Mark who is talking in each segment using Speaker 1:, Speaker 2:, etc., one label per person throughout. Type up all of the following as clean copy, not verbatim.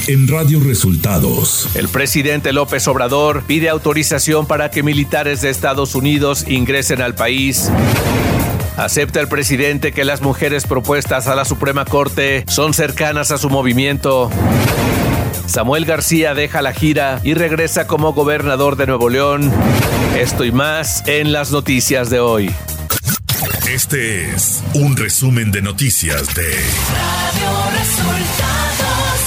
Speaker 1: en Radio Resultados.
Speaker 2: El presidente López Obrador pide autorización para que militares de Estados Unidos ingresen al país. Acepta el presidente que las mujeres propuestas a la Suprema Corte son cercanas a su movimiento. Samuel García deja la gira y regresa como gobernador de Nuevo León. Esto y más en las noticias de hoy.
Speaker 1: Este es un resumen de noticias de
Speaker 3: Radio Resultados.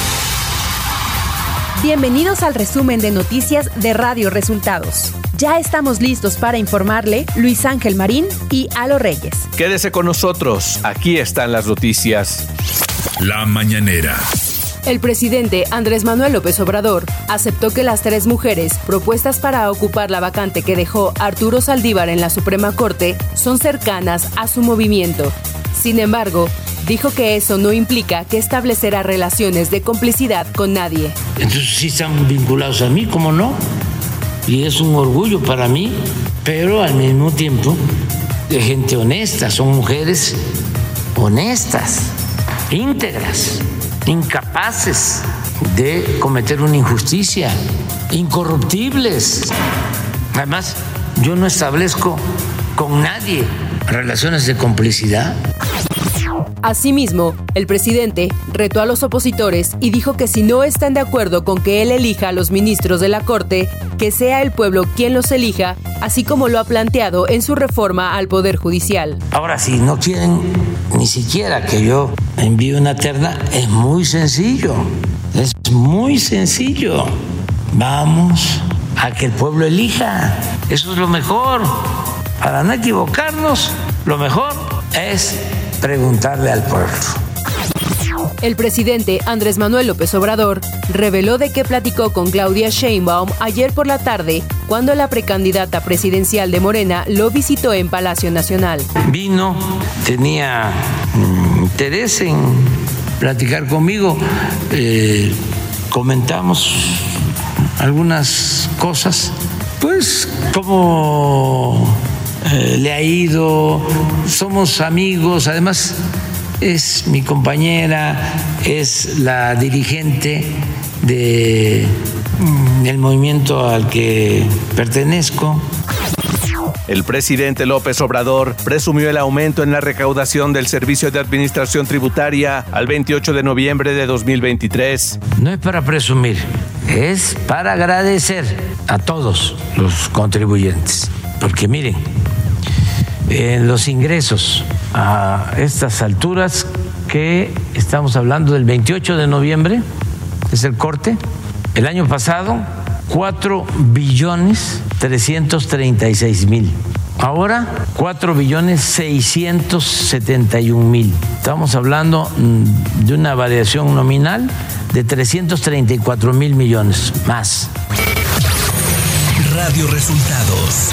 Speaker 4: Bienvenidos al resumen de noticias de Radio Resultados. Ya estamos listos para informarle Luis Ángel Marín y Alo Reyes.
Speaker 2: Quédese con nosotros, aquí están las noticias.
Speaker 1: La mañanera.
Speaker 5: El presidente Andrés Manuel López Obrador aceptó que las 3 mujeres propuestas para ocupar la vacante que dejó Arturo Saldívar en la Suprema Corte son cercanas a su movimiento. Sin embargo, dijo que eso no implica que establecerá relaciones de complicidad con nadie.
Speaker 6: Entonces sí están vinculados a mí, ¿cómo no? Y es un orgullo para mí, pero al mismo tiempo de gente honesta, son mujeres honestas, íntegras, incapaces de cometer una injusticia, incorruptibles. Además, yo no establezco con nadie relaciones de complicidad.
Speaker 5: Asimismo, el presidente retó a los opositores y dijo que si no están de acuerdo con que él elija a los ministros de la Corte, que sea el pueblo quien los elija, así como lo ha planteado en su reforma al Poder Judicial.
Speaker 6: Ahora, si no quieren ni siquiera que yo envíe una terna, es muy sencillo. Es muy sencillo. Vamos a que el pueblo elija. Eso es lo mejor. Para no equivocarnos, lo mejor es preguntarle al pueblo.
Speaker 5: El presidente Andrés Manuel López Obrador reveló de que platicó con Claudia Sheinbaum ayer por la tarde, cuando la precandidata presidencial de Morena lo visitó en Palacio Nacional.
Speaker 6: Vino, tenía interés en platicar conmigo, comentamos algunas cosas, pues cómo le ha ido, somos amigos, además es mi compañera, es la dirigente del movimiento al que pertenezco.
Speaker 2: El presidente López Obrador presumió el aumento en la recaudación del Servicio de Administración Tributaria al 28 de noviembre de 2023.
Speaker 6: No es para presumir, es para agradecer a todos los contribuyentes, porque miren, en los ingresos a estas alturas que estamos hablando del 28 de noviembre, es el corte, el año pasado 4.336.000, ahora 4.671.000. Estamos hablando de una variación nominal de 334.000 millones más.
Speaker 1: Radio Resultados.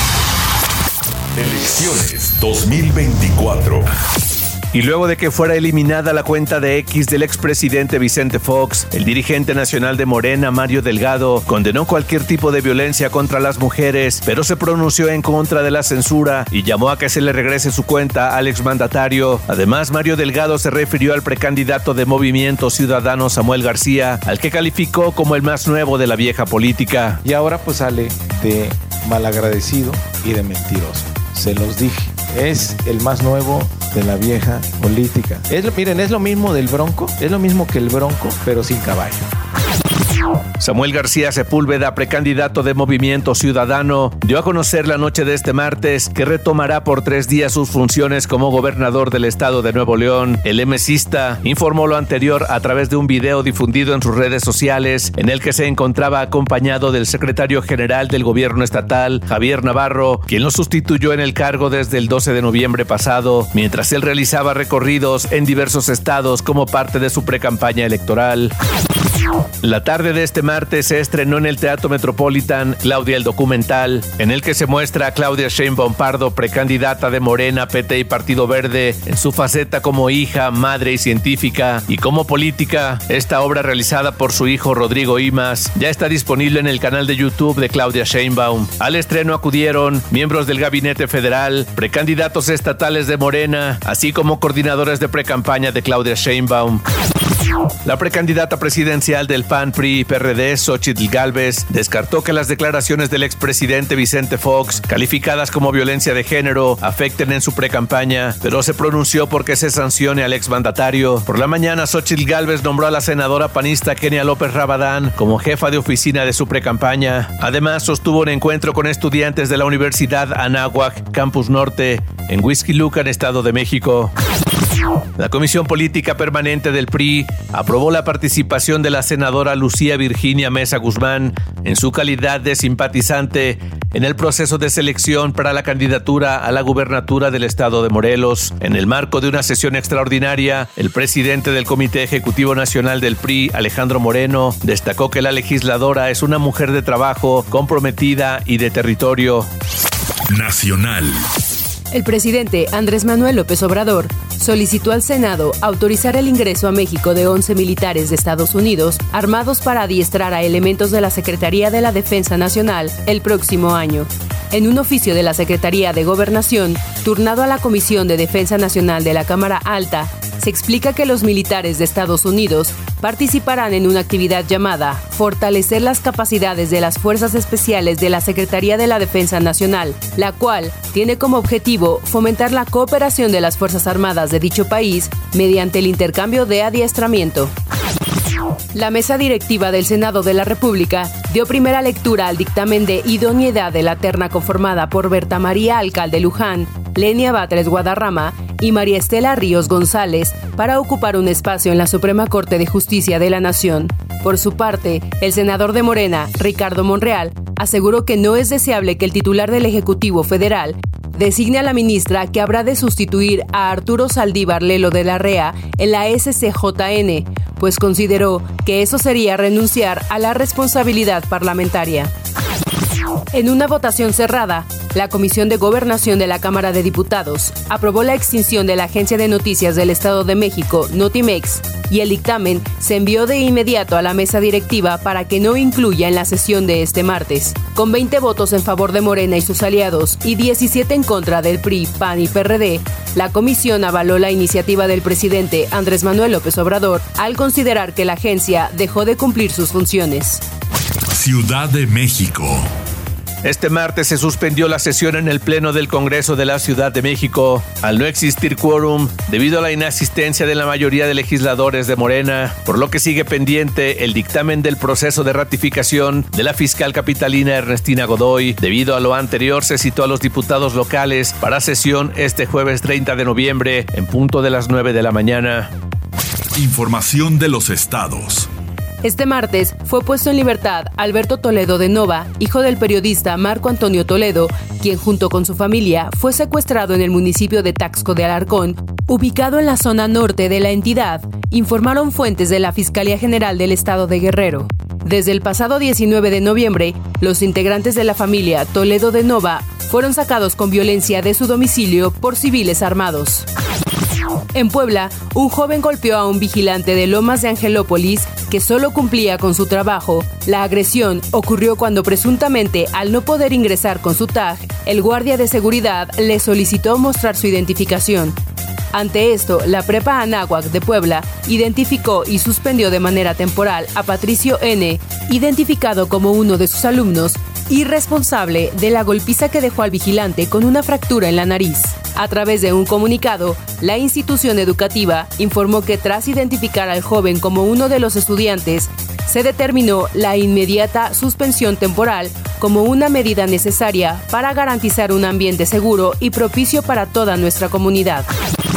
Speaker 1: Elecciones 2024.
Speaker 2: Y luego de que fuera eliminada la cuenta de X del expresidente Vicente Fox, el dirigente nacional de Morena, Mario Delgado, condenó cualquier tipo de violencia contra las mujeres, pero se pronunció en contra de la censura y llamó a que se le regrese su cuenta al exmandatario. Además, Mario Delgado se refirió al precandidato de Movimiento Ciudadano, Samuel García, al que calificó como el más nuevo de la vieja política.
Speaker 7: Y ahora pues sale de malagradecido y de mentiroso. Se los dije, es el más nuevo de la vieja política. Miren, es lo mismo del Bronco, es lo mismo que el Bronco, pero sin caballo.
Speaker 2: Samuel García Sepúlveda, precandidato de Movimiento Ciudadano, dio a conocer la noche de este martes que retomará por 3 días sus funciones como gobernador del estado de Nuevo León. El MCista informó lo anterior a través de un video difundido en sus redes sociales, en el que se encontraba acompañado del secretario general del gobierno estatal, Javier Navarro, quien lo sustituyó en el cargo desde el 12 de noviembre pasado, mientras él realizaba recorridos en diversos estados como parte de su precampaña electoral. La tarde de este martes se estrenó en el Teatro Metropolitan Claudia el documental, en el que se muestra a Claudia Sheinbaum Pardo, precandidata de Morena, PT y Partido Verde, en su faceta como hija, madre y científica, y como política. Esta obra, realizada por su hijo Rodrigo Imas, ya está disponible en el canal de YouTube de Claudia Sheinbaum. Al estreno acudieron miembros del Gabinete Federal, precandidatos estatales de Morena, así como coordinadores de precampaña de Claudia Sheinbaum. La precandidata presidencial presidencial del PAN, PRI y PRD, Xóchitl Gálvez, descartó que las declaraciones del expresidente Vicente Fox, calificadas como violencia de género, afecten en su precampaña, pero se pronunció porque se sancione al exmandatario. Por la mañana, Xóchitl Gálvez nombró a la senadora panista Kenia López Rabadán como jefa de oficina de su precampaña. Además, sostuvo un encuentro con estudiantes de la Universidad Anáhuac, Campus Norte, en Huixquilucan, Estado de México. La Comisión Política Permanente del PRI aprobó la participación de la senadora Lucía Virginia Mesa Guzmán en su calidad de simpatizante en el proceso de selección para la candidatura a la gubernatura del estado de Morelos. En el marco de una sesión extraordinaria, el presidente del Comité Ejecutivo Nacional del PRI, Alejandro Moreno, destacó que la legisladora es una mujer de trabajo, comprometida y de territorio.
Speaker 1: Nacional.
Speaker 5: El presidente Andrés Manuel López Obrador solicitó al Senado autorizar el ingreso a México de 11 militares de Estados Unidos armados para adiestrar a elementos de la Secretaría de la Defensa Nacional el próximo año. En un oficio de la Secretaría de Gobernación, turnado a la Comisión de Defensa Nacional de la Cámara Alta, se explica que los militares de Estados Unidos participarán en una actividad llamada Fortalecer las capacidades de las Fuerzas Especiales de la Secretaría de la Defensa Nacional, la cual tiene como objetivo fomentar la cooperación de las Fuerzas Armadas de dicho país mediante el intercambio de adiestramiento. La mesa directiva del Senado de la República dio primera lectura al dictamen de idoneidad de la terna conformada por Berta María Alcalde Luján, Lenia Batres Guadarrama y María Estela Ríos González para ocupar un espacio en la Suprema Corte de Justicia de la Nación. Por su parte, el senador de Morena, Ricardo Monreal, aseguró que no es deseable que el titular del Ejecutivo Federal designe a la ministra que habrá de sustituir a Arturo Saldívar Lelo de la REA en la SCJN, pues consideró que eso sería renunciar a la responsabilidad parlamentaria. En una votación cerrada, la Comisión de Gobernación de la Cámara de Diputados aprobó la extinción de la Agencia de Noticias del Estado de México, Notimex, y el dictamen se envió de inmediato a la mesa directiva para que no incluya en la sesión de este martes. Con 20 votos en favor de Morena y sus aliados y 17 en contra del PRI, PAN y PRD, la comisión avaló la iniciativa del presidente Andrés Manuel López Obrador al considerar que la agencia dejó de cumplir sus funciones.
Speaker 1: Ciudad de México.
Speaker 2: Este martes se suspendió la sesión en el Pleno del Congreso de la Ciudad de México, al no existir quórum debido a la inasistencia de la mayoría de legisladores de Morena, por lo que sigue pendiente el dictamen del proceso de ratificación de la fiscal capitalina Ernestina Godoy. Debido a lo anterior, se citó a los diputados locales para sesión este jueves 30 de noviembre, en punto de las 9 de la mañana.
Speaker 1: Información de los estados.
Speaker 5: Este martes fue puesto en libertad Alberto Toledo de Nova, hijo del periodista Marco Antonio Toledo, quien junto con su familia fue secuestrado en el municipio de Taxco de Alarcón, ubicado en la zona norte de la entidad, informaron fuentes de la Fiscalía General del Estado de Guerrero. Desde el pasado 19 de noviembre, los integrantes de la familia Toledo de Nova fueron sacados con violencia de su domicilio por civiles armados. En Puebla, un joven golpeó a un vigilante de Lomas de Angelópolis que solo cumplía con su trabajo. La agresión ocurrió cuando presuntamente, al no poder ingresar con su tag, el guardia de seguridad le solicitó mostrar su identificación. Ante esto, la Prepa Anáhuac de Puebla identificó y suspendió de manera temporal a Patricio N., identificado como uno de sus alumnos, y responsable de la golpiza que dejó al vigilante con una fractura en la nariz. A través de un comunicado, la institución educativa informó que tras identificar al joven como uno de los estudiantes, se determinó la inmediata suspensión temporal como una medida necesaria para garantizar un ambiente seguro y propicio para toda nuestra comunidad.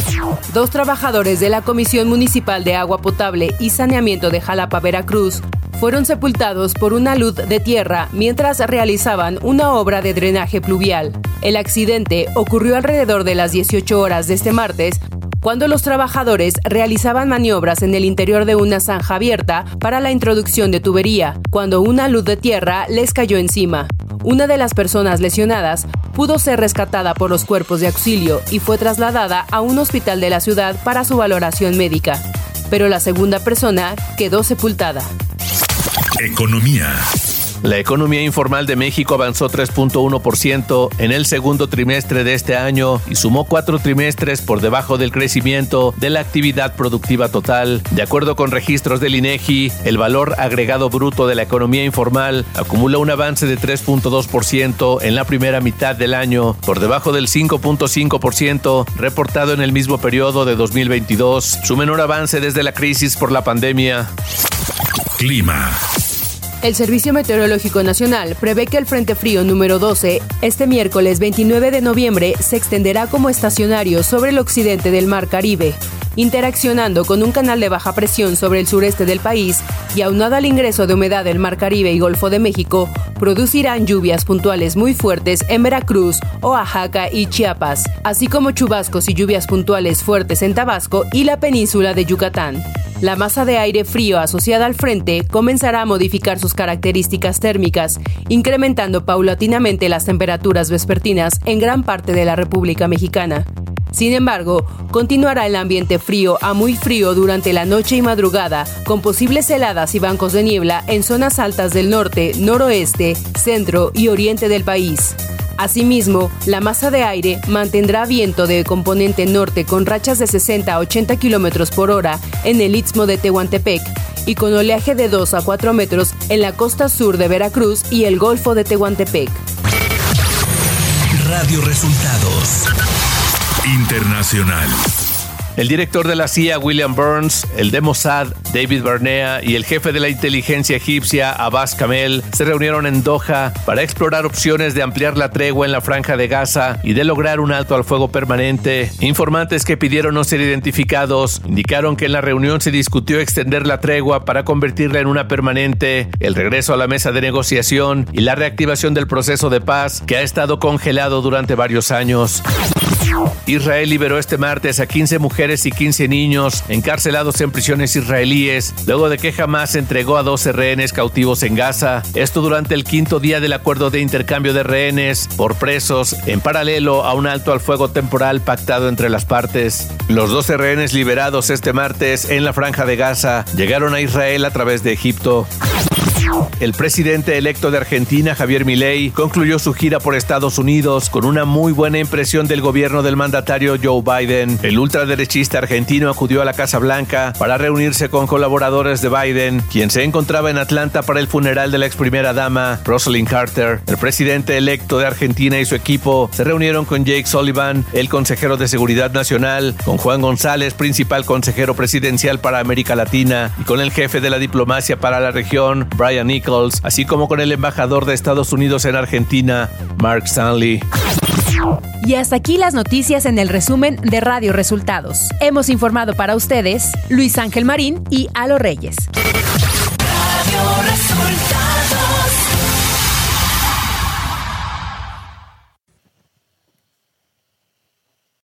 Speaker 5: 2 trabajadores de la Comisión Municipal de Agua Potable y Saneamiento de Jalapa, Veracruz, fueron sepultados por una luz de tierra mientras realizaban una obra de drenaje pluvial. El accidente ocurrió alrededor de las 18 horas de este martes, cuando los trabajadores realizaban maniobras en el interior de una zanja abierta para la introducción de tubería, cuando una luz de tierra les cayó encima. Una de las personas lesionadas pudo ser rescatada por los cuerpos de auxilio y fue trasladada a un hospital de la ciudad para su valoración médica, pero la segunda persona quedó sepultada.
Speaker 1: Economía.
Speaker 2: La economía informal de México avanzó 3.1% en el segundo trimestre de este año y sumó 4 trimestres por debajo del crecimiento de la actividad productiva total. De acuerdo con registros del INEGI, el valor agregado bruto de la economía informal acumula un avance de 3.2% en la primera mitad del año, por debajo del 5.5% reportado en el mismo periodo de 2022, su menor avance desde la crisis por la pandemia.
Speaker 1: Clima.
Speaker 5: El Servicio Meteorológico Nacional prevé que el Frente Frío número 12, este miércoles 29 de noviembre, se extenderá como estacionario sobre el occidente del Mar Caribe, interaccionando con un canal de baja presión sobre el sureste del país y aunado al ingreso de humedad del Mar Caribe y Golfo de México, producirán lluvias puntuales muy fuertes en Veracruz, Oaxaca y Chiapas, así como chubascos y lluvias puntuales fuertes en Tabasco y la península de Yucatán. La masa de aire frío asociada al frente comenzará a modificar sus características térmicas, incrementando paulatinamente las temperaturas vespertinas en gran parte de la República Mexicana. Sin embargo, continuará el ambiente frío a muy frío durante la noche y madrugada, con posibles heladas y bancos de niebla en zonas altas del norte, noroeste, centro y oriente del país. Asimismo, la masa de aire mantendrá viento de componente norte con rachas de 60 a 80 km por hora en el istmo de Tehuantepec y con oleaje de 2 a 4 metros en la costa sur de Veracruz y el Golfo de Tehuantepec.
Speaker 1: Radio Resultados Internacional.
Speaker 2: El director de la CIA, William Burns, el de Mossad, David Barnea, y el jefe de la inteligencia egipcia, Abbas Kamel, se reunieron en Doha para explorar opciones de ampliar la tregua en la Franja de Gaza y de lograr un alto al fuego permanente. Informantes que pidieron no ser identificados indicaron que en la reunión se discutió extender la tregua para convertirla en una permanente, el regreso a la mesa de negociación y la reactivación del proceso de paz que ha estado congelado durante varios años. Israel liberó este martes a 15 mujeres y 15 niños encarcelados en prisiones israelíes, luego de que Hamás entregó a 12 rehenes cautivos en Gaza. Esto durante el quinto día del acuerdo de intercambio de rehenes por presos, en paralelo a un alto al fuego temporal pactado entre las partes. Los 12 rehenes liberados este martes en la Franja de Gaza llegaron a Israel a través de Egipto. El presidente electo de Argentina, Javier Milei, concluyó su gira por Estados Unidos con una muy buena impresión del gobierno del mandatario Joe Biden. El ultraderechista argentino acudió a la Casa Blanca para reunirse con colaboradores de Biden, quien se encontraba en Atlanta para el funeral de la ex primera dama, Rosalynn Carter. El presidente electo de Argentina y su equipo se reunieron con Jake Sullivan, el consejero de Seguridad Nacional, con Juan González, principal consejero presidencial para América Latina, y con el jefe de la diplomacia para la región, Brian Nichols, así como con el embajador de Estados Unidos en Argentina, Mark Stanley.
Speaker 4: Y hasta aquí las noticias en el resumen de Radio Resultados. Hemos informado para ustedes Luis Ángel Marín y Alo Reyes.
Speaker 3: Radio Resultados.